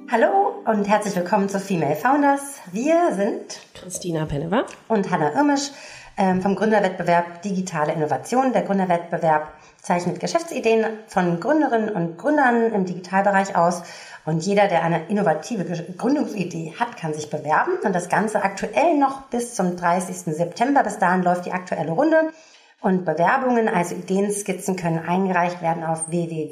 Hallo und herzlich willkommen zu Female Founders. Wir sind Christina Pennewer und Hanna Irmisch vom Gründerwettbewerb Digitale Innovation. Der Gründerwettbewerb zeichnet Geschäftsideen von Gründerinnen und Gründern im Digitalbereich aus. Und jeder, der eine innovative Gründungsidee hat, kann sich bewerben. Und das Ganze aktuell noch bis zum 30. September. Bis dahin läuft die aktuelle Runde. Und Bewerbungen, also Ideenskizzen, können eingereicht werden auf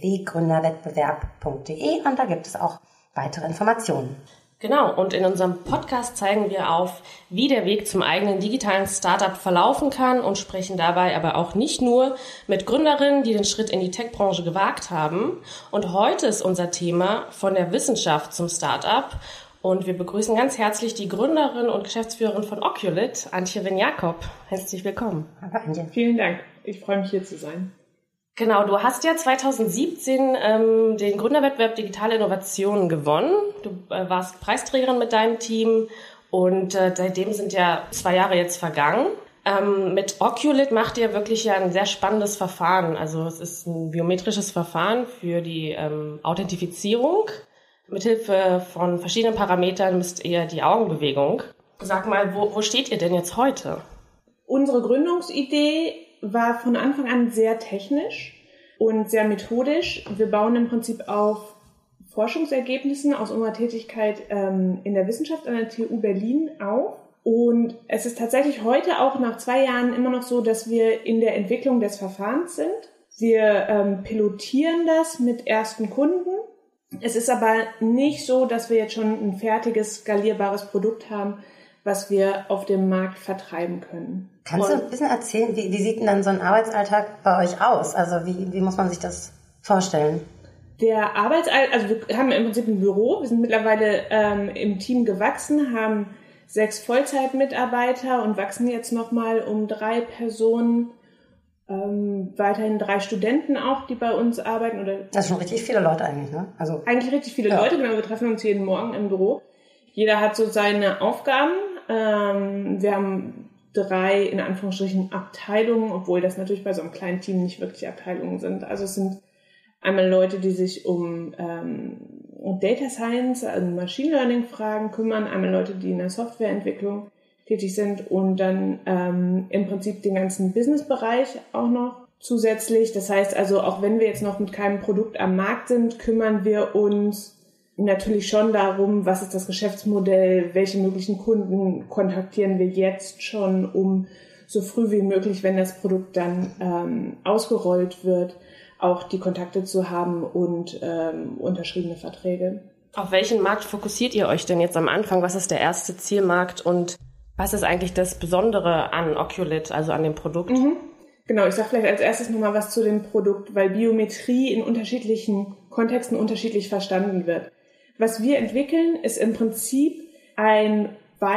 www.gründerwettbewerb.de. Und da gibt es auch weitere Informationen. Genau, und in unserem Podcast zeigen wir auf, wie der Weg zum eigenen digitalen Startup verlaufen kann und sprechen dabei aber auch nicht nur mit Gründerinnen, die den Schritt in die Tech-Branche gewagt haben. Und heute ist unser Thema von der Wissenschaft zum Startup. Und wir begrüßen ganz herzlich die Gründerin und Geschäftsführerin von Oculit, Antje Wenjakob. Herzlich willkommen. Hallo Antje. Vielen Dank. Ich freue mich, hier zu sein. Genau, du hast ja 2017 den Gründerwettbewerb Digitale Innovation gewonnen. Du warst Preisträgerin mit deinem Team und seitdem sind ja 2 Jahre jetzt vergangen. Mit Oculit macht ihr wirklich ja ein sehr spannendes Verfahren. Also es ist ein biometrisches Verfahren für die Authentifizierung. Mithilfe von verschiedenen Parametern misst ihr die Augenbewegung. Sag mal, wo steht ihr denn jetzt heute? Unsere Gründungsidee war von Anfang an sehr technisch und sehr methodisch. Wir bauen im Prinzip auf Forschungsergebnissen aus unserer Tätigkeit in der Wissenschaft an der TU Berlin auf. Und es ist tatsächlich heute auch nach 2 Jahren immer noch so, dass wir in der Entwicklung des Verfahrens sind. Wir pilotieren das mit ersten Kunden. Es ist aber nicht so, dass wir jetzt schon ein fertiges, skalierbares Produkt haben, was wir auf dem Markt vertreiben können. Kannst du ein bisschen erzählen, wie sieht denn dann so ein Arbeitsalltag bei euch aus? Also wie muss man sich das vorstellen? Der Arbeitsalltag, also wir haben im Prinzip ein Büro. Wir sind mittlerweile im Team gewachsen, haben 6 Vollzeitmitarbeiter und wachsen jetzt nochmal um 3 Personen. Weiterhin 3 Studenten auch, die bei uns arbeiten. Das sind schon richtig viele Leute eigentlich, ne? Also eigentlich richtig viele Leute, genau. Wir treffen uns jeden Morgen im Büro. Jeder hat so seine Aufgaben. Wir haben 3, in Anführungsstrichen, Abteilungen, obwohl das natürlich bei so einem kleinen Team nicht wirklich Abteilungen sind. Also es sind einmal Leute, die sich um Data Science, also Machine Learning Fragen kümmern, einmal Leute, die in der Softwareentwicklung tätig sind und dann im Prinzip den ganzen Businessbereich auch noch zusätzlich. Das heißt also, auch wenn wir jetzt noch mit keinem Produkt am Markt sind, kümmern wir uns natürlich schon darum, was ist das Geschäftsmodell, welche möglichen Kunden kontaktieren wir jetzt schon, um so früh wie möglich, wenn das Produkt dann ausgerollt wird, auch die Kontakte zu haben und unterschriebene Verträge. Auf welchen Markt fokussiert ihr euch denn jetzt am Anfang? Was ist der erste Zielmarkt und was ist eigentlich das Besondere an Oculit, also an dem Produkt? Genau, ich sage vielleicht als erstes nochmal was zu dem Produkt, weil Biometrie in unterschiedlichen Kontexten unterschiedlich verstanden wird. Was wir entwickeln, ist im Prinzip ein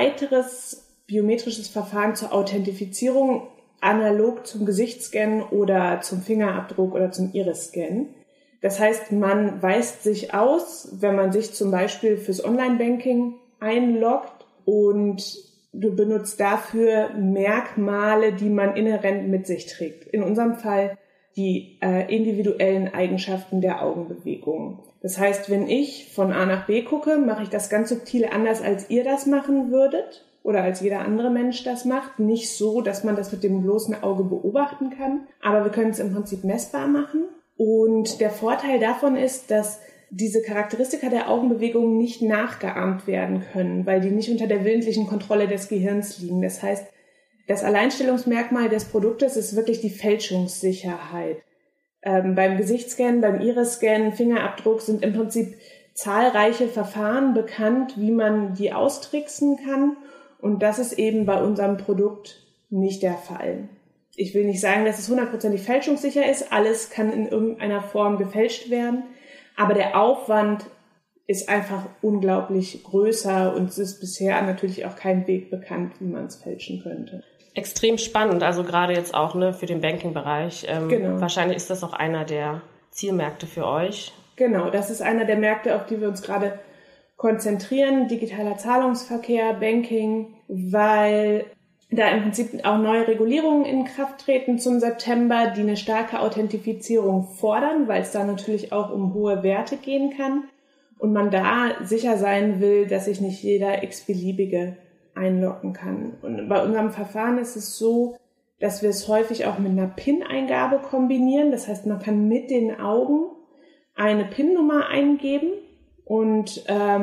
weiteres biometrisches Verfahren zur Authentifizierung, analog zum Gesichtsscan oder zum Fingerabdruck oder zum Iris-Scan. Das heißt, man weist sich aus, wenn man sich zum Beispiel fürs Online-Banking einloggt und du benutzt dafür Merkmale, die man inhärent mit sich trägt. In unserem Fall die individuellen Eigenschaften der Augenbewegung. Das heißt, wenn ich von A nach B gucke, mache ich das ganz subtil anders, als ihr das machen würdet oder als jeder andere Mensch das macht. Nicht so, dass man das mit dem bloßen Auge beobachten kann, aber wir können es im Prinzip messbar machen. Und der Vorteil davon ist, dass diese Charakteristika der Augenbewegung nicht nachgeahmt werden können, weil die nicht unter der willentlichen Kontrolle des Gehirns liegen. Das heißt, das Alleinstellungsmerkmal des Produktes ist wirklich die Fälschungssicherheit. Beim Gesichtsscan, beim Iris-Scan, Fingerabdruck sind im Prinzip zahlreiche Verfahren bekannt, wie man die austricksen kann. Und das ist eben bei unserem Produkt nicht der Fall. Ich will nicht sagen, dass es 100% fälschungssicher ist. Alles kann in irgendeiner Form gefälscht werden. Aber der Aufwand ist einfach unglaublich größer und es ist bisher natürlich auch kein Weg bekannt, wie man es fälschen könnte. Extrem spannend, also gerade jetzt auch für den Banking-Bereich. Genau. Wahrscheinlich ist das auch einer der Zielmärkte für euch. Genau, das ist einer der Märkte, auf die wir uns gerade konzentrieren. Digitaler Zahlungsverkehr, Banking, weil da im Prinzip auch neue Regulierungen in Kraft treten zum September, die eine starke Authentifizierung fordern, weil es da natürlich auch um hohe Werte gehen kann. und man da sicher sein will, dass sich nicht jeder x-beliebige einloggen kann. Und bei unserem Verfahren ist es so, dass wir es häufig auch mit einer PIN-Eingabe kombinieren. Das heißt, man kann mit den Augen eine PIN-Nummer eingeben und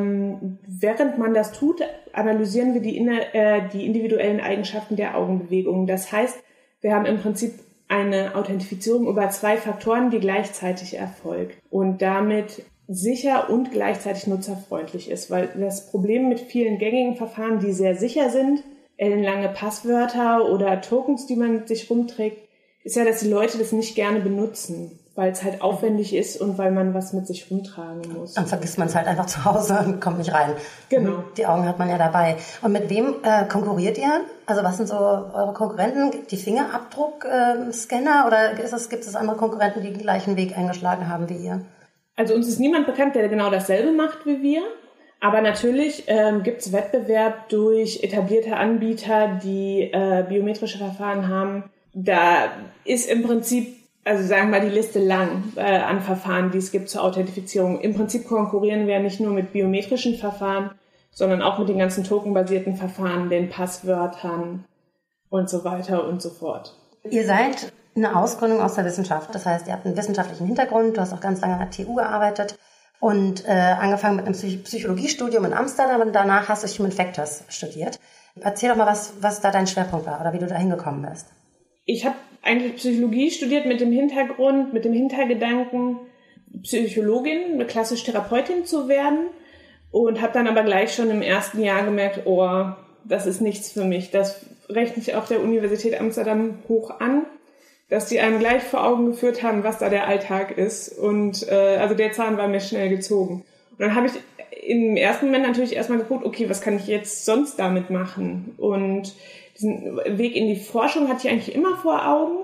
während man das tut, analysieren wir die individuellen Eigenschaften der Augenbewegungen. Das heißt, wir haben im Prinzip eine Authentifizierung über 2 Faktoren, die gleichzeitig erfolgt und damit sicher und gleichzeitig nutzerfreundlich ist, weil das Problem mit vielen gängigen Verfahren, die sehr sicher sind, ellenlange Passwörter oder Tokens, die man sich rumträgt, ist ja, dass die Leute das nicht gerne benutzen, weil es halt aufwendig ist und weil man was mit sich rumtragen muss. Dann vergisst man es halt einfach zu Hause und kommt nicht rein. Genau. Die Augen hat man ja dabei. Und mit wem konkurriert ihr? Also was sind so eure Konkurrenten? Die Fingerabdruckscanner oder gibt es andere Konkurrenten, die den gleichen Weg eingeschlagen haben wie ihr? Also uns ist niemand bekannt, der genau dasselbe macht wie wir. Aber natürlich gibt es Wettbewerb durch etablierte Anbieter, die biometrische Verfahren haben. Da ist im Prinzip, also sagen wir mal, die Liste lang an Verfahren, die es gibt zur Authentifizierung. Im Prinzip konkurrieren wir nicht nur mit biometrischen Verfahren, sondern auch mit den ganzen tokenbasierten Verfahren, den Passwörtern und so weiter und so fort. Ihr seid eine Ausgründung aus der Wissenschaft. Das heißt, ihr habt einen wissenschaftlichen Hintergrund. Du hast auch ganz lange an der TU gearbeitet und angefangen mit einem Psychologiestudium in Amsterdam und danach hast du Human Factors studiert. Erzähl doch mal, was da dein Schwerpunkt war oder wie du da hingekommen bist. Ich habe eigentlich Psychologie studiert mit dem Hintergrund, mit dem Hintergedanken, Psychologin, eine klassisch Therapeutin zu werden und habe dann aber gleich schon im ersten Jahr gemerkt, oh, das ist nichts für mich. Das rechne ich auch der Universität Amsterdam hoch an, dass die einem gleich vor Augen geführt haben, was da der Alltag ist. Und also der Zahn war mir schnell gezogen. Und dann habe ich im ersten Moment natürlich erstmal geguckt, okay, was kann ich jetzt sonst damit machen? Und diesen Weg in die Forschung hatte ich eigentlich immer vor Augen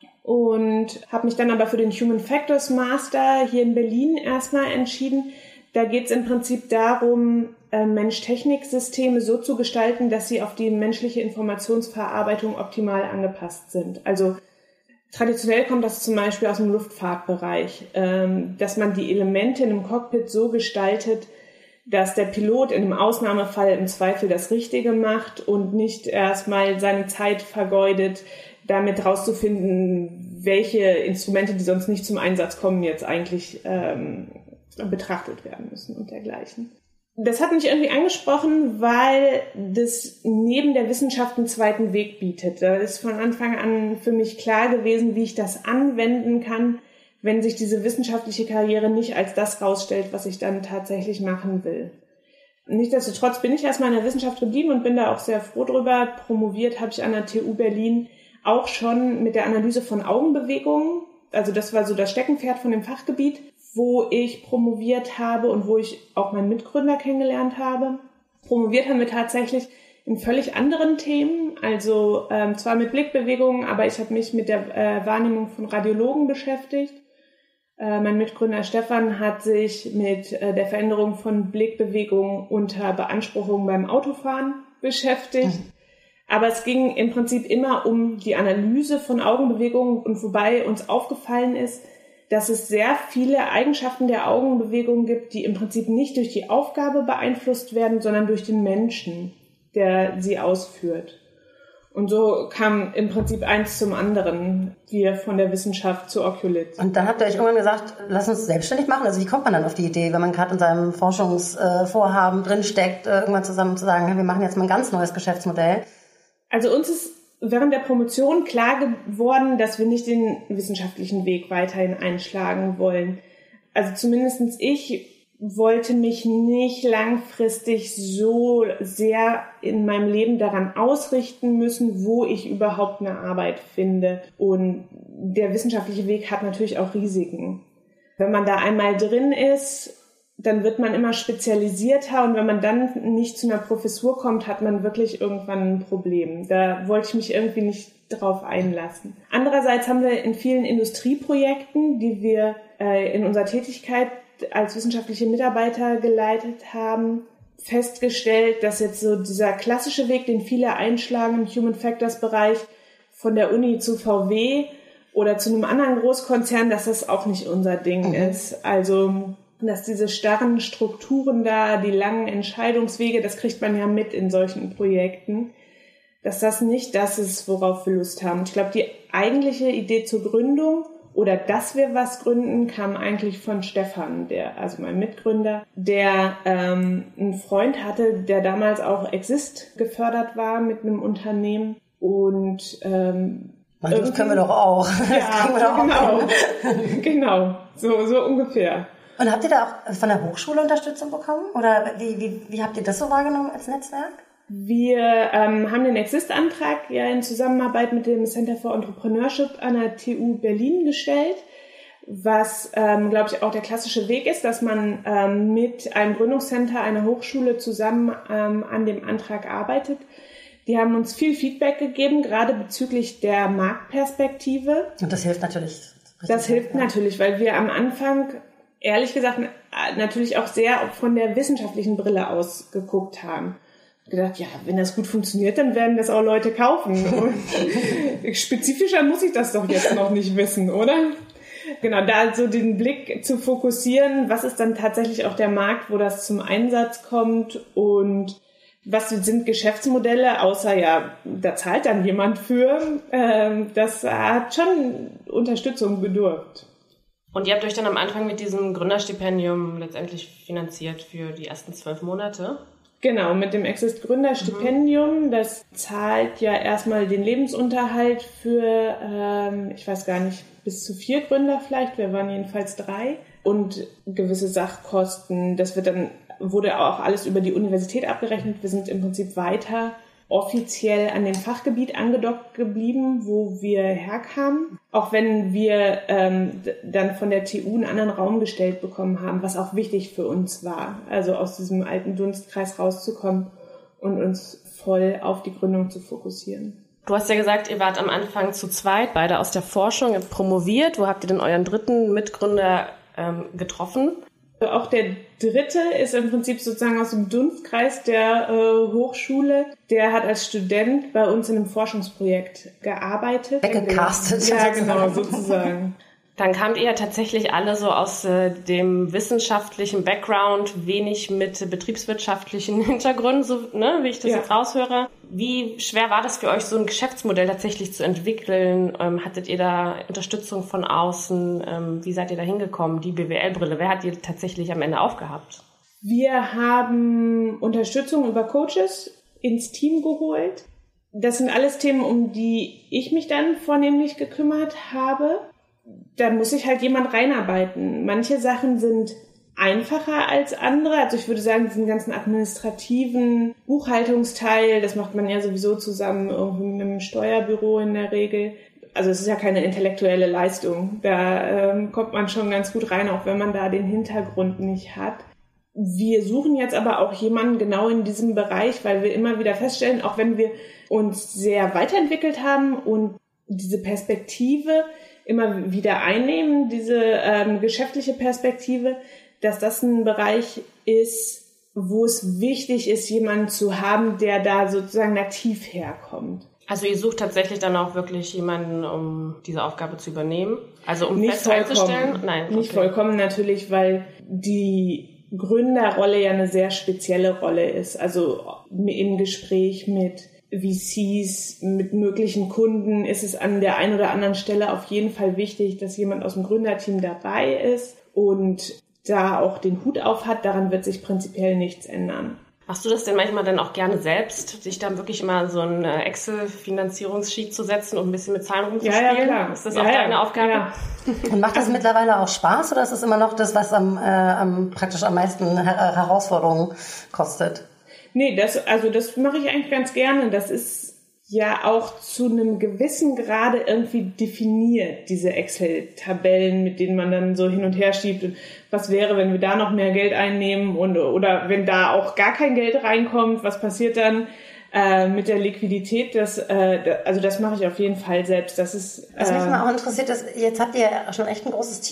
und habe mich dann aber für den Human Factors Master hier in Berlin erstmal entschieden. Da geht es im Prinzip darum, Mensch-Technik-Systeme so zu gestalten, dass sie auf die menschliche Informationsverarbeitung optimal angepasst sind. Also traditionell kommt das zum Beispiel aus dem Luftfahrtbereich, dass man die Elemente in einem Cockpit so gestaltet, dass der Pilot in einem Ausnahmefall im Zweifel das Richtige macht und nicht erstmal seine Zeit vergeudet, damit rauszufinden, welche Instrumente, die sonst nicht zum Einsatz kommen, jetzt eigentlich betrachtet werden müssen und dergleichen. Das hat mich irgendwie angesprochen, weil das neben der Wissenschaft einen zweiten Weg bietet. Da ist von Anfang an für mich klar gewesen, wie ich das anwenden kann, wenn sich diese wissenschaftliche Karriere nicht als das rausstellt, was ich dann tatsächlich machen will. Nichtsdestotrotz bin ich erstmal in der Wissenschaft geblieben und bin da auch sehr froh drüber. Promoviert habe ich an der TU Berlin auch schon mit der Analyse von Augenbewegungen. Also das war so das Steckenpferd von dem Fachgebiet, wo ich promoviert habe und wo ich auch meinen Mitgründer kennengelernt habe. Promoviert haben wir tatsächlich in völlig anderen Themen, also zwar mit Blickbewegungen, aber ich habe mich mit der Wahrnehmung von Radiologen beschäftigt. Mein Mitgründer Stefan hat sich mit der Veränderung von Blickbewegungen unter Beanspruchung beim Autofahren beschäftigt. Aber es ging im Prinzip immer um die Analyse von Augenbewegungen und wobei uns aufgefallen ist, dass es sehr viele Eigenschaften der Augenbewegung gibt, die im Prinzip nicht durch die Aufgabe beeinflusst werden, sondern durch den Menschen, der sie ausführt. Und so kam im Prinzip eins zum anderen, wir von der Wissenschaft zu Oculid. Und dann habt ihr euch irgendwann gesagt, lass uns selbstständig machen. Also wie kommt man dann auf die Idee, wenn man gerade in seinem Forschungsvorhaben drinsteckt, irgendwann zusammen zu sagen, wir machen jetzt mal ein ganz neues Geschäftsmodell? Also uns ist während der Promotion klar geworden, dass wir nicht den wissenschaftlichen Weg weiterhin einschlagen wollen. Also zumindest ich wollte mich nicht langfristig so sehr in meinem Leben daran ausrichten müssen, wo ich überhaupt eine Arbeit finde. Und der wissenschaftliche Weg hat natürlich auch Risiken. Wenn man da einmal drin ist, dann wird man immer spezialisierter und wenn man dann nicht zu einer Professur kommt, hat man wirklich irgendwann ein Problem. Da wollte ich mich irgendwie nicht drauf einlassen. Andererseits haben wir in vielen Industrieprojekten, die wir in unserer Tätigkeit als wissenschaftliche Mitarbeiter geleitet haben, festgestellt, dass jetzt so dieser klassische Weg, den viele einschlagen im Human Factors Bereich von der Uni zu VW oder zu einem anderen Großkonzern, dass das auch nicht unser Ding ist. Also dass diese starren Strukturen da, die langen Entscheidungswege, das kriegt man ja mit in solchen Projekten, dass das nicht das ist, worauf wir Lust haben. Ich glaube, die eigentliche Idee zur Gründung oder dass wir was gründen, kam eigentlich von Stefan, also mein Mitgründer, der einen Freund hatte, der damals auch Exist gefördert war mit einem Unternehmen und das können wir doch auch. Ja, genau, so ungefähr. Und habt ihr da auch von der Hochschule Unterstützung bekommen? Oder wie habt ihr das so wahrgenommen als Netzwerk? Wir haben den Exist-Antrag ja in Zusammenarbeit mit dem Center for Entrepreneurship an der TU Berlin gestellt, was, glaube ich, auch der klassische Weg ist, dass man mit einem Gründungscenter einer Hochschule zusammen an dem Antrag arbeitet. Die haben uns viel Feedback gegeben, gerade bezüglich der Marktperspektive. Und das hilft natürlich. Das hilft natürlich, weil wir am Anfang, ehrlich gesagt, natürlich auch sehr von der wissenschaftlichen Brille aus geguckt haben. Gedacht, ja, wenn das gut funktioniert, dann werden das auch Leute kaufen. Und spezifischer muss ich das doch jetzt noch nicht wissen, oder? Genau, da so den Blick zu fokussieren, was ist dann tatsächlich auch der Markt, wo das zum Einsatz kommt und was sind Geschäftsmodelle, außer ja, da zahlt dann jemand für. Das hat schon Unterstützung bedurft. Und ihr habt euch dann am Anfang mit diesem Gründerstipendium letztendlich finanziert für die ersten 12 Monate? Genau, mit dem Exist Gründerstipendium. Das zahlt ja erstmal den Lebensunterhalt für, ich weiß gar nicht, bis zu 4 Gründer vielleicht. Wir waren jedenfalls 3. Und gewisse Sachkosten. Das wurde auch alles über die Universität abgerechnet. Wir sind im Prinzip weiter offiziell an dem Fachgebiet angedockt geblieben, wo wir herkamen. Auch wenn wir dann von der TU einen anderen Raum gestellt bekommen haben, was auch wichtig für uns war. Also aus diesem alten Dunstkreis rauszukommen und uns voll auf die Gründung zu fokussieren. Du hast ja gesagt, ihr wart am Anfang zu zweit, beide aus der Forschung, ihr habt promoviert. Wo habt ihr denn euren dritten Mitgründer getroffen? Auch der dritte ist im Prinzip sozusagen aus dem Dunstkreis der Hochschule. Der hat als Student bei uns in einem Forschungsprojekt gearbeitet. Weggecastet. Ja, genau, sozusagen. Dann kamt ihr ja tatsächlich alle so aus dem wissenschaftlichen Background, wenig mit betriebswirtschaftlichen Hintergründen, so, ne, wie ich das jetzt raushöre. Wie schwer war das für euch, so ein Geschäftsmodell tatsächlich zu entwickeln? Hattet ihr da Unterstützung von außen? Wie seid ihr da hingekommen? Die BWL-Brille, wer hat ihr tatsächlich am Ende aufgehabt? Wir haben Unterstützung über Coaches ins Team geholt. Das sind alles Themen, um die ich mich dann vornehmlich gekümmert habe. Da muss sich halt jemand reinarbeiten. Manche Sachen sind einfacher als andere. Also ich würde sagen, diesen ganzen administrativen Buchhaltungsteil, das macht man ja sowieso zusammen irgendwie mit einem Steuerbüro in der Regel. Also es ist ja keine intellektuelle Leistung. Da kommt man schon ganz gut rein, auch wenn man da den Hintergrund nicht hat. Wir suchen jetzt aber auch jemanden genau in diesem Bereich, weil wir immer wieder feststellen, auch wenn wir uns sehr weiterentwickelt haben und diese Perspektive immer wieder einnehmen, diese geschäftliche Perspektive, dass das ein Bereich ist, wo es wichtig ist, jemanden zu haben, der da sozusagen nativ herkommt. Also ihr sucht tatsächlich dann auch wirklich jemanden, um diese Aufgabe zu übernehmen? Also um nicht fest einzustellen? Nein, nicht vollkommen natürlich, weil die Gründerrolle ja eine sehr spezielle Rolle ist. Also im Gespräch mit VCs, mit möglichen Kunden ist es an der einen oder anderen Stelle auf jeden Fall wichtig, dass jemand aus dem Gründerteam dabei ist und da auch den Hut auf hat. Daran wird sich prinzipiell nichts ändern. Machst du das denn manchmal dann auch gerne selbst, dich dann wirklich immer so ein Excel-Finanzierungssheet zu setzen und ein bisschen mit Zahlen rumzuspielen? Ja, klar. Ist das auch deine Aufgabe? Ja. Und macht das mittlerweile auch Spaß oder ist das immer noch das, was praktisch am meisten Herausforderungen kostet? Nee, das mache ich eigentlich ganz gerne. Das ist ja auch zu einem gewissen Grade irgendwie definiert, diese Excel-Tabellen, mit denen man dann so hin und her schiebt. Und was wäre, wenn wir da noch mehr Geld einnehmen oder wenn da auch gar kein Geld reinkommt, was passiert dann mit der Liquidität? Das mache ich auf jeden Fall selbst. Das ist. Was mich mal auch interessiert ist, jetzt habt ihr schon echt ein großes Team.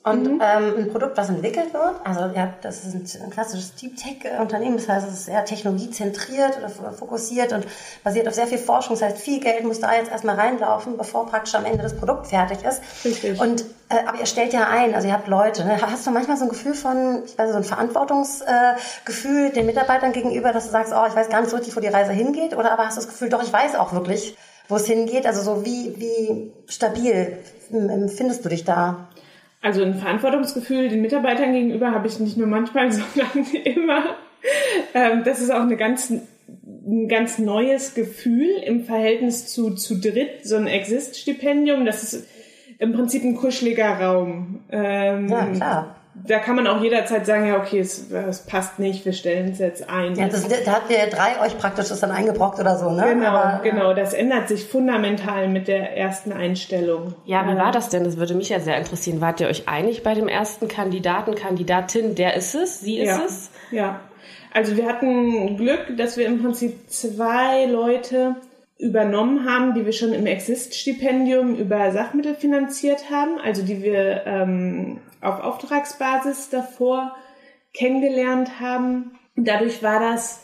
Und ein Produkt, was entwickelt wird, also ja, das ist ein klassisches Deep Tech-Unternehmen, das heißt, es ist sehr technologiezentriert oder fokussiert und basiert auf sehr viel Forschung. Das heißt, viel Geld muss da jetzt erstmal reinlaufen, bevor praktisch am Ende das Produkt fertig ist. Richtig. Und aber ihr stellt ja ein, also ihr habt Leute. Ne? Hast du manchmal so ein Gefühl von, ich weiß nicht, so ein Verantwortungsgefühl den Mitarbeitern gegenüber, dass du sagst, oh, ich weiß gar nicht so richtig, wo die Reise hingeht, oder aber hast du das Gefühl, doch, ich weiß auch wirklich, wo es hingeht? Also so wie stabil findest du dich da? Also ein Verantwortungsgefühl den Mitarbeitern gegenüber habe ich nicht nur manchmal, sondern immer. Das ist auch ein ganz neues Gefühl im Verhältnis zu dritt, so ein Exist-Stipendium. Das ist im Prinzip ein kuscheliger Raum. Ja, klar. Da kann man auch jederzeit sagen, ja, okay, es passt nicht, wir stellen es jetzt ein. Ja, da habt ihr 3 euch praktisch das dann eingebrockt oder so, ne? Genau, das ändert sich fundamental mit der ersten Einstellung. Ja, wie war das denn? Das würde mich ja sehr interessieren. Wart ihr euch einig bei dem ersten Kandidatin, der ist es, sie ist es? Ja, also wir hatten Glück, dass wir im Prinzip 2 Leute übernommen haben, die wir schon im Exist-Stipendium über Sachmittel finanziert haben, also die wir auf Auftragsbasis davor kennengelernt haben. Dadurch war das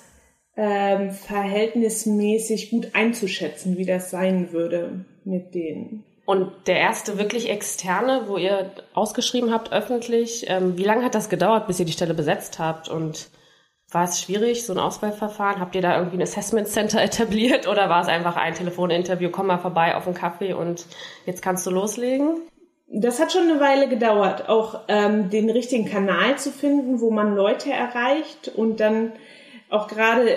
verhältnismäßig gut einzuschätzen, wie das sein würde mit denen. Und der erste wirklich externe, wo ihr ausgeschrieben habt öffentlich, wie lange hat das gedauert, bis ihr die Stelle besetzt habt? Und war es schwierig, so ein Auswahlverfahren? Habt ihr da irgendwie ein Assessment Center etabliert oder war es einfach ein Telefoninterview, komm mal vorbei auf einen Kaffee und jetzt kannst du loslegen? Das hat schon eine Weile gedauert, auch den richtigen Kanal zu finden, wo man Leute erreicht und dann auch gerade,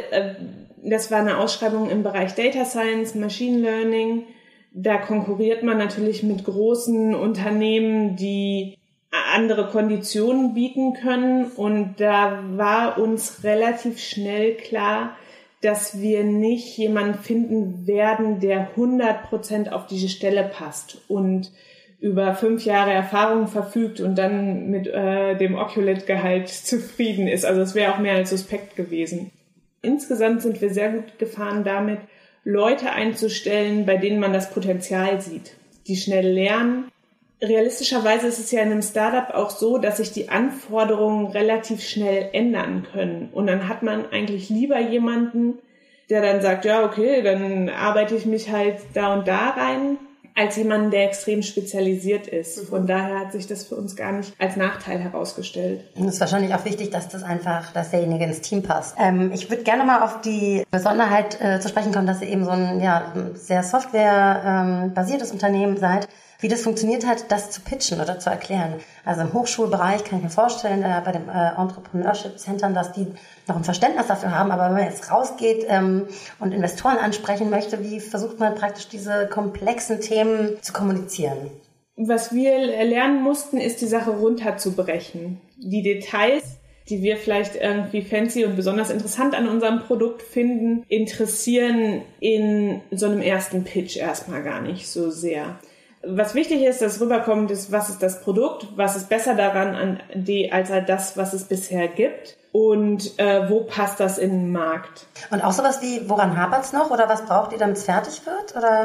das war eine Ausschreibung im Bereich Data Science, Machine Learning, da konkurriert man natürlich mit großen Unternehmen, die andere Konditionen bieten können und da war uns relativ schnell klar, dass wir nicht jemanden finden werden, der 100% auf diese Stelle passt und über 5 Jahre Erfahrung verfügt und dann mit dem Oculate-Gehalt zufrieden ist. Also es wäre auch mehr als suspekt gewesen. Insgesamt sind wir sehr gut gefahren damit, Leute einzustellen, bei denen man das Potenzial sieht, die schnell lernen. Realistischerweise ist es ja in einem Startup auch so, dass sich die Anforderungen relativ schnell ändern können. Und dann hat man eigentlich lieber jemanden, der dann sagt, ja, okay, dann arbeite ich mich halt da und da rein, als jemanden, der extrem spezialisiert ist. Von daher hat sich das für uns gar nicht als Nachteil herausgestellt. Und es ist wahrscheinlich auch wichtig, dass dass derjenige ins Team passt. Ich würde gerne mal auf die Besonderheit zu sprechen kommen, dass ihr eben so ein sehr softwarebasiertes Unternehmen seid. Wie das funktioniert hat, das zu pitchen oder zu erklären. Also im Hochschulbereich kann ich mir vorstellen, bei den Entrepreneurship-Centern, dass die noch ein Verständnis dafür haben. Aber wenn man jetzt rausgeht und Investoren ansprechen möchte, wie versucht man praktisch diese komplexen Themen zu kommunizieren? Was wir lernen mussten, ist die Sache runterzubrechen. Die Details, die wir vielleicht irgendwie fancy und besonders interessant an unserem Produkt finden, interessieren in so einem ersten Pitch erstmal gar nicht so sehr. Was wichtig ist, dass rüberkommt, ist, was ist das Produkt, was ist besser daran als das, was es bisher gibt und wo passt das in den Markt. Und auch sowas wie, woran hapert's noch oder was braucht ihr, damit es fertig wird? Oder?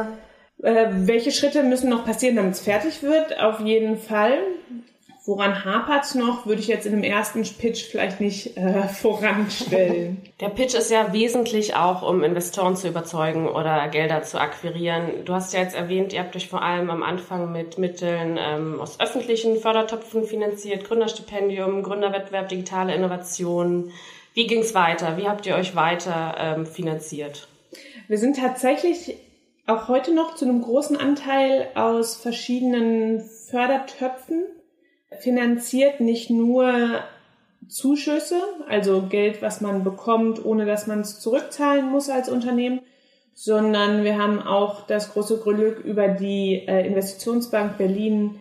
Welche Schritte müssen noch passieren, damit es fertig wird? Auf jeden Fall. Woran hapert's noch, würde ich jetzt in einem ersten Pitch vielleicht nicht voranstellen. Der Pitch ist ja wesentlich auch, um Investoren zu überzeugen oder Gelder zu akquirieren. Du hast ja jetzt erwähnt, ihr habt euch vor allem am Anfang mit Mitteln aus öffentlichen Fördertöpfen finanziert, Gründerstipendium, Gründerwettbewerb, digitale Innovation. Wie ging's weiter? Wie habt ihr euch weiter finanziert? Wir sind tatsächlich auch heute noch zu einem großen Anteil aus verschiedenen Fördertöpfen finanziert, nicht nur Zuschüsse, also Geld, was man bekommt, ohne dass man es zurückzahlen muss als Unternehmen, sondern wir haben auch das große Glück, über die Investitionsbank Berlin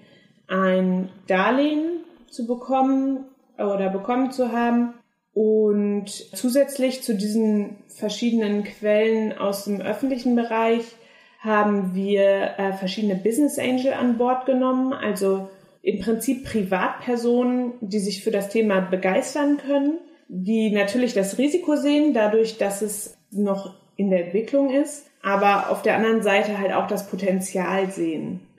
ein Darlehen zu bekommen oder bekommen zu haben. Und zusätzlich zu diesen verschiedenen Quellen aus dem öffentlichen Bereich haben wir verschiedene Business Angel an Bord genommen, also im Prinzip Privatpersonen, die sich für das Thema begeistern können, die natürlich das Risiko sehen, dadurch, dass es noch in der Entwicklung ist, aber auf der anderen Seite halt auch das Potenzial sehen.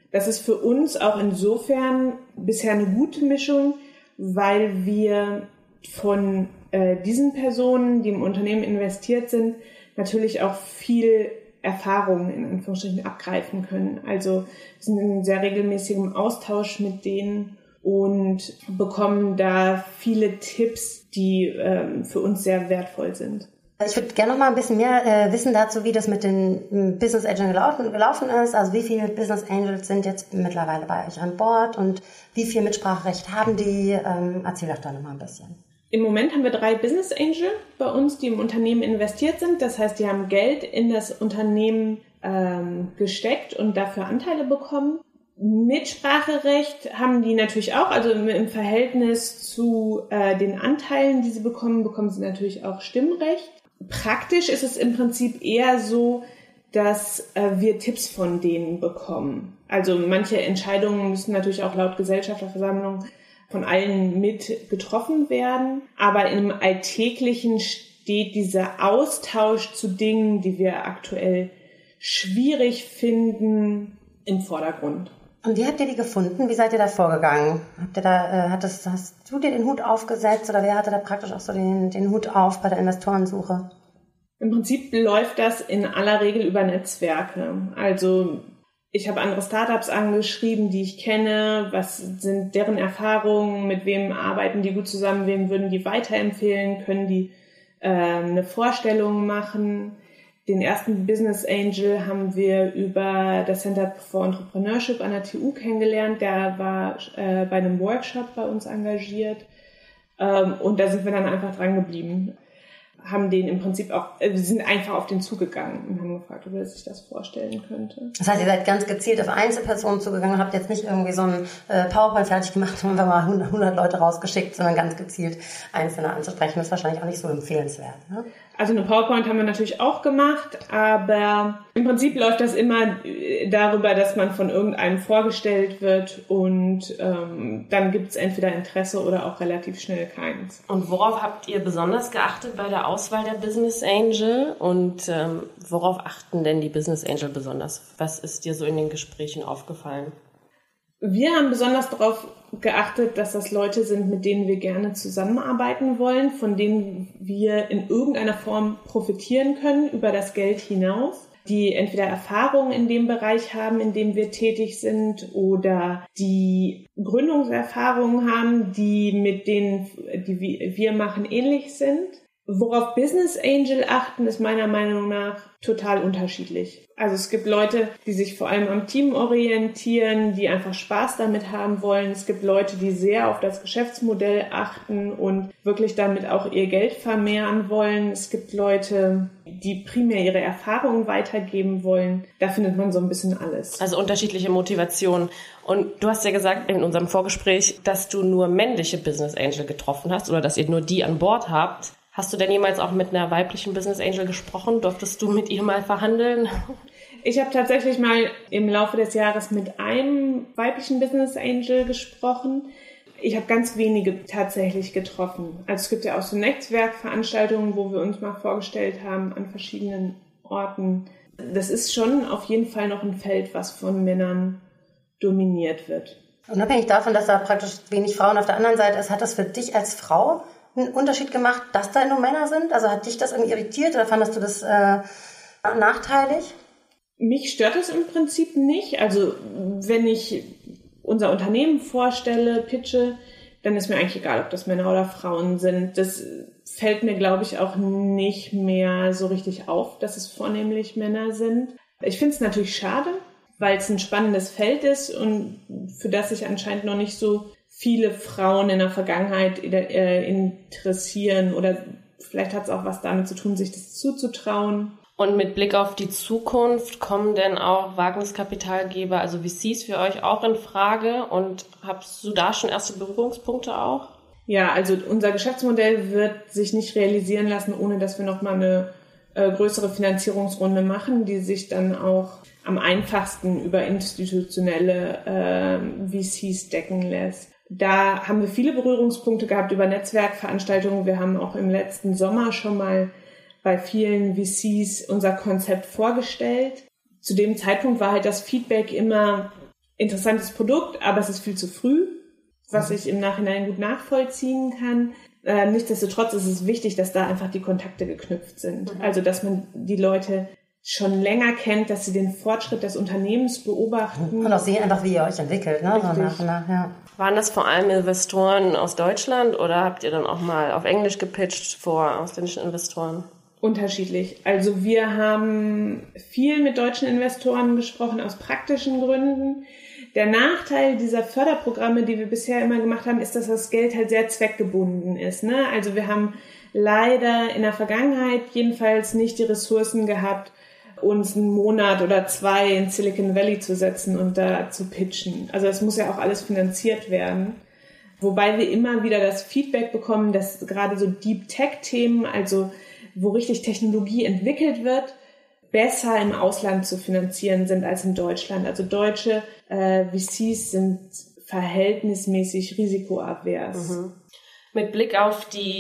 Das ist für uns auch insofern bisher eine gute Mischung, weil wir von diesen Personen, die im Unternehmen investiert sind, natürlich auch viel Erfahrung in Anführungsstrichen abgreifen können. Also wir sind in sehr regelmäßigem Austausch mit denen und bekommen da viele Tipps, die für uns sehr wertvoll sind. Ich würde gerne noch mal ein bisschen mehr wissen dazu, wie das mit den Business Angels gelaufen ist. Also wie viele Business Angels sind jetzt mittlerweile bei euch an Bord und wie viel Mitspracherecht haben die? Erzähl doch da noch mal ein bisschen. Im Moment haben wir 3 Business Angel bei uns, die im Unternehmen investiert sind. Das heißt, die haben Geld in das Unternehmen gesteckt und dafür Anteile bekommen. Mitspracherecht haben die natürlich auch, also im Verhältnis zu den Anteilen, die sie bekommen sie natürlich auch Stimmrecht. Praktisch ist es im Prinzip eher so, dass wir Tipps von denen bekommen. Also manche Entscheidungen müssen natürlich auch laut Gesellschafterversammlung von allen mit getroffen werden. Aber im Alltäglichen steht dieser Austausch zu Dingen, die wir aktuell schwierig finden, im Vordergrund. Und wie habt ihr die gefunden? Wie seid ihr da vorgegangen? Habt ihr da, hast du dir den Hut aufgesetzt oder wer hatte da praktisch auch so den Hut auf bei der Investorensuche? Im Prinzip läuft das in aller Regel über Netzwerke. Also ich habe andere Startups angeschrieben, die ich kenne. Was sind deren Erfahrungen? Mit wem arbeiten die gut zusammen? Wem würden die weiterempfehlen? Können die eine Vorstellung machen? Den ersten Business Angel haben wir über das Center for Entrepreneurship an der TU kennengelernt. Der war bei einem Workshop bei uns engagiert. Und da sind wir dann einfach dran geblieben. Haben den im Prinzip auch, wir sind einfach auf den zugegangen und haben gefragt, ob er sich das vorstellen könnte. Das heißt, ihr seid ganz gezielt auf Einzelpersonen zugegangen und habt jetzt nicht irgendwie so ein PowerPoint fertig gemacht und einfach mal 100 Leute rausgeschickt, sondern ganz gezielt Einzelne anzusprechen. Das ist wahrscheinlich auch nicht so empfehlenswert, ne? Also eine PowerPoint haben wir natürlich auch gemacht, aber im Prinzip läuft das immer darüber, dass man von irgendeinem vorgestellt wird und dann gibt es entweder Interesse oder auch relativ schnell keins. Und worauf habt ihr besonders geachtet bei der Auswahl der Business Angel und worauf achten denn die Business Angel besonders? Was ist dir so in den Gesprächen aufgefallen? Wir haben besonders darauf geachtet, dass das Leute sind, mit denen wir gerne zusammenarbeiten wollen, von denen wir in irgendeiner Form profitieren können über das Geld hinaus, die entweder Erfahrungen in dem Bereich haben, in dem wir tätig sind, oder die Gründungserfahrungen haben, die mit denen, die wir machen, ähnlich sind. Worauf Business Angel achten, ist meiner Meinung nach total unterschiedlich. Also es gibt Leute, die sich vor allem am Team orientieren, die einfach Spaß damit haben wollen. Es gibt Leute, die sehr auf das Geschäftsmodell achten und wirklich damit auch ihr Geld vermehren wollen. Es gibt Leute, die primär ihre Erfahrungen weitergeben wollen. Da findet man so ein bisschen alles. Also unterschiedliche Motivationen. Und du hast ja gesagt in unserem Vorgespräch, dass du nur männliche Business Angel getroffen hast oder dass ihr nur die an Bord habt. Hast du denn jemals auch mit einer weiblichen Business Angel gesprochen? Durftest du mit ihr mal verhandeln? Ich habe tatsächlich mal im Laufe des Jahres mit einem weiblichen Business Angel gesprochen. Ich habe ganz wenige tatsächlich getroffen. Also es gibt ja auch so Netzwerkveranstaltungen, wo wir uns mal vorgestellt haben an verschiedenen Orten. Das ist schon auf jeden Fall noch ein Feld, was von Männern dominiert wird. Unabhängig davon, dass da praktisch wenig Frauen auf der anderen Seite ist, hat das für dich als Frau einen Unterschied gemacht, dass da nur Männer sind? Also hat dich das irgendwie irritiert oder fandest du das nachteilig? Mich stört es im Prinzip nicht. Also wenn ich unser Unternehmen vorstelle, pitche, dann ist mir eigentlich egal, ob das Männer oder Frauen sind. Das fällt mir, glaube ich, auch nicht mehr so richtig auf, dass es vornehmlich Männer sind. Ich finde es natürlich schade, weil es ein spannendes Feld ist und für das sich anscheinend noch nicht so viele Frauen in der Vergangenheit interessieren oder vielleicht hat es auch was damit zu tun, sich das zuzutrauen. Und mit Blick auf die Zukunft kommen denn auch Wagniskapitalgeber, also VCs für euch auch in Frage und hast du da schon erste Berührungspunkte auch? Ja, also unser Geschäftsmodell wird sich nicht realisieren lassen, ohne dass wir nochmal eine größere Finanzierungsrunde machen, die sich dann auch am einfachsten über institutionelle VCs decken lässt. Da haben wir viele Berührungspunkte gehabt über Netzwerkveranstaltungen. Wir haben auch im letzten Sommer schon mal bei vielen VCs unser Konzept vorgestellt. Zu dem Zeitpunkt war halt das Feedback immer, interessantes Produkt, aber es ist viel zu früh, was ich im Nachhinein gut nachvollziehen kann. Nichtsdestotrotz ist es wichtig, dass da einfach die Kontakte geknüpft sind. Also, dass man die Leute schon länger kennt, dass sie den Fortschritt des Unternehmens beobachten. Und auch sehen einfach, wie ihr euch entwickelt, ne? So nach und nach, ja. Waren das vor allem Investoren aus Deutschland oder habt ihr dann auch mal auf Englisch gepitcht vor ausländischen Investoren? Unterschiedlich. Also wir haben viel mit deutschen Investoren gesprochen aus praktischen Gründen. Der Nachteil dieser Förderprogramme, die wir bisher immer gemacht haben, ist, dass das Geld halt sehr zweckgebunden ist, ne? Also wir haben leider in der Vergangenheit jedenfalls nicht die Ressourcen gehabt, uns einen Monat oder 2 in Silicon Valley zu setzen und da zu pitchen. Also es muss ja auch alles finanziert werden. Wobei wir immer wieder das Feedback bekommen, dass gerade so Deep Tech-Themen, also wo richtig Technologie entwickelt wird, besser im Ausland zu finanzieren sind als in Deutschland. Also deutsche VCs sind verhältnismäßig risikoavers. Mhm. Mit Blick auf die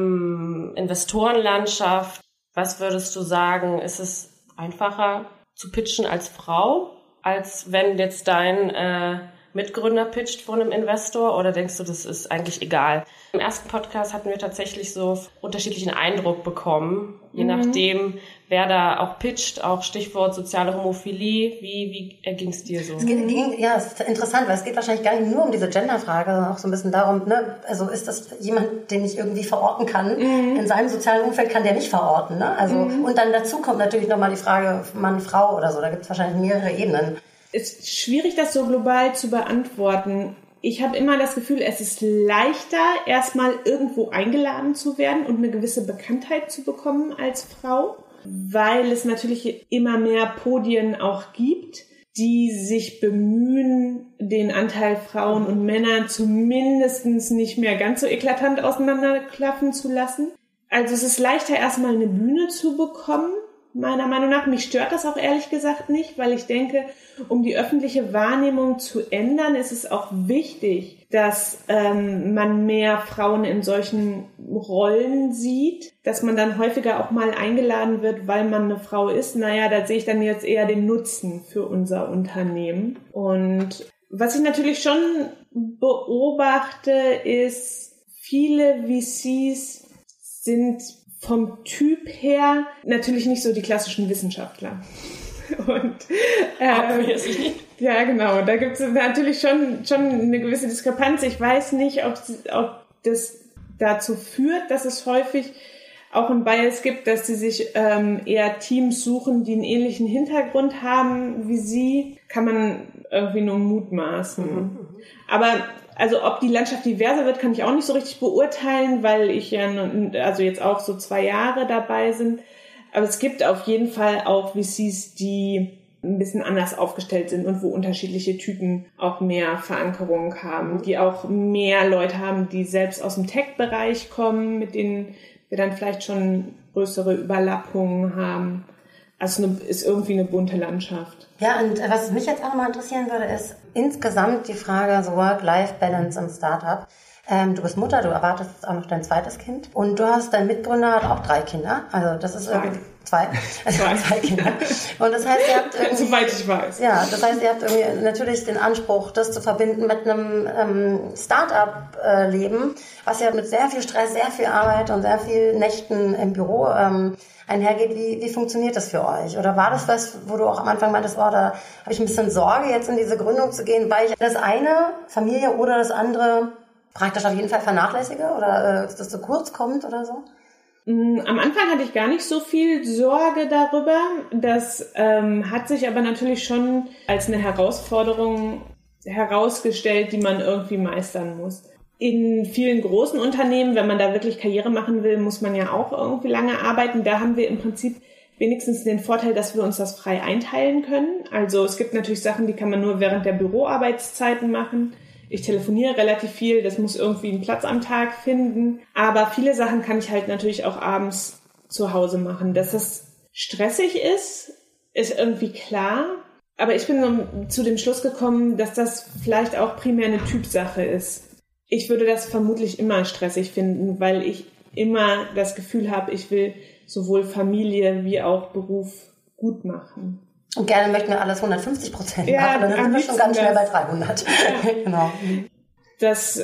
Investorenlandschaft, was würdest du sagen, ist es einfacher zu pitchen als Frau, als wenn jetzt dein Mitgründer pitcht vor einem Investor, oder denkst du, das ist eigentlich egal? Im ersten Podcast hatten wir tatsächlich so unterschiedlichen Eindruck bekommen, je nachdem, wer da auch pitcht, auch Stichwort soziale Homophilie. Wie erging es dir so? Es ist interessant, weil es geht wahrscheinlich gar nicht nur um diese Genderfrage, sondern auch so ein bisschen darum, ne, also ist das jemand, den ich irgendwie verorten kann? In seinem sozialen Umfeld kann der mich verorten, ne? Also, und dann dazu kommt natürlich nochmal die Frage Mann, Frau oder so, da gibt es wahrscheinlich mehrere Ebenen. Es ist schwierig, das so global zu beantworten. Ich habe immer das Gefühl, es ist leichter, erstmal irgendwo eingeladen zu werden und eine gewisse Bekanntheit zu bekommen als Frau, weil es natürlich immer mehr Podien auch gibt, die sich bemühen, den Anteil Frauen und Männer zumindest nicht mehr ganz so eklatant auseinanderklaffen zu lassen. Also es ist leichter, erstmal eine Bühne zu bekommen. Meiner Meinung nach, mich stört das auch ehrlich gesagt nicht, weil ich denke, um die öffentliche Wahrnehmung zu ändern, ist es auch wichtig, dass man mehr Frauen in solchen Rollen sieht, dass man dann häufiger auch mal eingeladen wird, weil man eine Frau ist. Naja, da sehe ich dann jetzt eher den Nutzen für unser Unternehmen. Und was ich natürlich schon beobachte, ist, viele VCs sind vom Typ her natürlich nicht so die klassischen Wissenschaftler. Und ja, genau, da gibt es natürlich schon eine gewisse Diskrepanz. Ich weiß nicht, ob das dazu führt, dass es häufig auch ein Bias gibt, dass sie sich eher Teams suchen, die einen ähnlichen Hintergrund haben wie sie, kann man irgendwie nur mutmaßen. Aber also ob die Landschaft diverser wird, kann ich auch nicht so richtig beurteilen, weil ich ja also jetzt auch so 2 Jahre dabei sind. Aber es gibt auf jeden Fall auch VCs, die ein bisschen anders aufgestellt sind und wo unterschiedliche Typen auch mehr Verankerung haben, die auch mehr Leute haben, die selbst aus dem Tech-Bereich kommen, mit denen wir dann vielleicht schon größere Überlappungen haben. Also ist irgendwie eine bunte Landschaft. Ja, und was mich jetzt auch nochmal interessieren würde, ist insgesamt die Frage so Work-Life-Balance im Startup. Du bist Mutter, du erwartest jetzt auch noch dein zweites Kind und du hast, dein Mitgründer hat auch 3 Kinder. Also das ist irgendwie 2 Kinder. Und das heißt, ihr habt irgendwie, soweit ich weiß. Ja, das heißt, ihr habt irgendwie natürlich den Anspruch, das zu verbinden mit einem Startup-Leben, was ja mit sehr viel Stress, sehr viel Arbeit und sehr viel Nächten im Büro einhergeht. Wie funktioniert das für euch? Oder war das was, wo du auch am Anfang meintest, da habe ich ein bisschen Sorge, jetzt in diese Gründung zu gehen, weil ich das eine, Familie oder das andere, praktisch auf jeden Fall vernachlässige oder dass das zu kurz kommt oder so? Am Anfang hatte ich gar nicht so viel Sorge darüber. Das hat sich aber natürlich schon als eine Herausforderung herausgestellt, die man irgendwie meistern muss. In vielen großen Unternehmen, wenn man da wirklich Karriere machen will, muss man ja auch irgendwie lange arbeiten. Da haben wir im Prinzip wenigstens den Vorteil, dass wir uns das frei einteilen können. Also es gibt natürlich Sachen, die kann man nur während der Büroarbeitszeiten machen. Ich telefoniere relativ viel, das muss irgendwie einen Platz am Tag finden. Aber viele Sachen kann ich halt natürlich auch abends zu Hause machen. Dass das stressig ist irgendwie klar. Aber ich bin so zu dem Schluss gekommen, dass das vielleicht auch primär eine Typsache ist. Ich würde das vermutlich immer stressig finden, weil ich immer das Gefühl habe, ich will sowohl Familie wie auch Beruf gut machen. Und gerne möchten wir alles 150% machen, dann sind wir schon ganz schnell bei 300. Ja. Genau. Das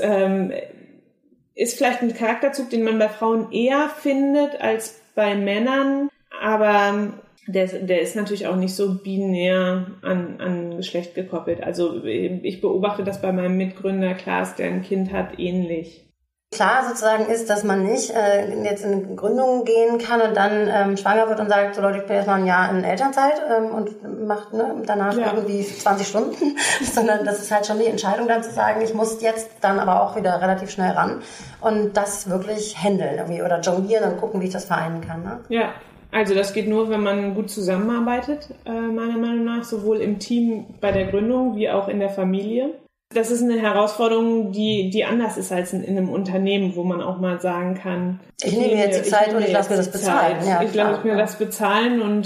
ist vielleicht ein Charakterzug, den man bei Frauen eher findet als bei Männern, aber der ist natürlich auch nicht so binär an Geschlecht gekoppelt. Also ich beobachte das bei meinem Mitgründer Klaas, der ein Kind hat, ähnlich. Klar sozusagen ist, dass man nicht jetzt in eine Gründung gehen kann und dann schwanger wird und sagt, so Leute, ich bin jetzt mal ein Jahr in Elternzeit und macht danach irgendwie 20 Stunden, sondern das ist halt schon die Entscheidung dann zu sagen, ich muss jetzt dann aber auch wieder relativ schnell ran und das wirklich handeln irgendwie oder jonglieren und gucken, wie ich das vereinen kann. Ne? Ja, also das geht nur, wenn man gut zusammenarbeitet, meiner Meinung nach, sowohl im Team bei der Gründung wie auch in der Familie. Das ist eine Herausforderung, die anders ist als in einem Unternehmen, wo man auch mal sagen kann, ich nehme mir jetzt die Zeit und ich lasse mir das bezahlen. Ja, ich lasse mir das bezahlen und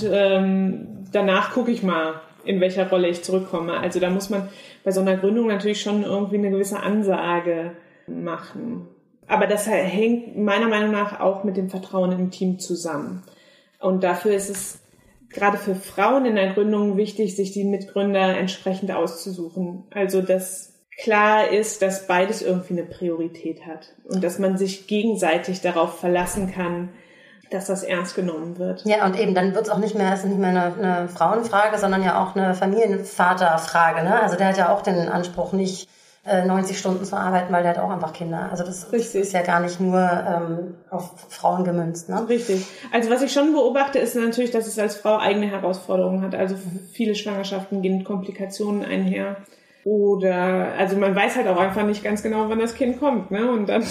danach gucke ich mal, in welcher Rolle ich zurückkomme. Also da muss man bei so einer Gründung natürlich schon irgendwie eine gewisse Ansage machen. Aber das hängt meiner Meinung nach auch mit dem Vertrauen im Team zusammen. Und dafür ist es gerade für Frauen in der Gründung wichtig, sich die Mitgründer entsprechend auszusuchen. Also dass klar ist, dass beides irgendwie eine Priorität hat und dass man sich gegenseitig darauf verlassen kann, dass das ernst genommen wird. Ja, und eben, dann wird es auch nicht mehr eine Frauenfrage, sondern ja auch eine Familienvaterfrage. Ne? Also der hat ja auch den Anspruch, nicht 90 Stunden zu arbeiten, weil der hat auch einfach Kinder. Also das ist ja gar nicht nur auf Frauen gemünzt. Ne? Richtig. Also was ich schon beobachte, ist natürlich, dass es als Frau eigene Herausforderungen hat. Also viele Schwangerschaften gehen mit Komplikationen einher. Oder, also man weiß halt auch einfach nicht ganz genau, wann das Kind kommt, ne? Und dann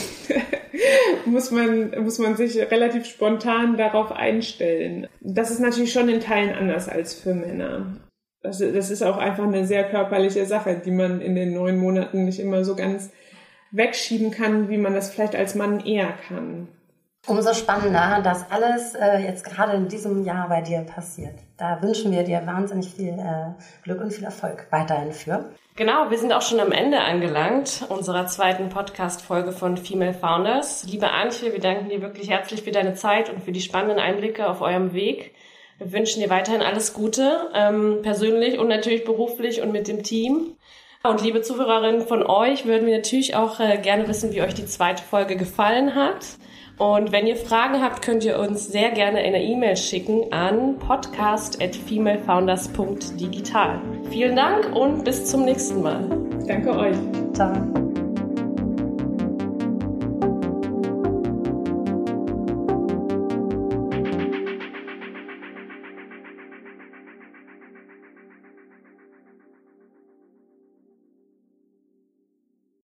muss man sich relativ spontan darauf einstellen. Das ist natürlich schon in Teilen anders als für Männer. Das ist auch einfach eine sehr körperliche Sache, die man in den 9 Monaten nicht immer so ganz wegschieben kann, wie man das vielleicht als Mann eher kann. Umso spannender, dass alles jetzt gerade in diesem Jahr bei dir passiert. Da wünschen wir dir wahnsinnig viel Glück und viel Erfolg weiterhin für. Genau, wir sind auch schon am Ende angelangt unserer 2. Podcast-Folge von Female Founders. Liebe Antje, wir danken dir wirklich herzlich für deine Zeit und für die spannenden Einblicke auf eurem Weg. Wir wünschen dir weiterhin alles Gute, persönlich und natürlich beruflich und mit dem Team. Und liebe Zuhörerinnen, von euch würden wir natürlich auch gerne wissen, wie euch die 2. Folge gefallen hat. Und wenn ihr Fragen habt, könnt ihr uns sehr gerne eine E-Mail schicken an podcast@femalefounders.digital. Vielen Dank und bis zum nächsten Mal. Danke euch. Ciao.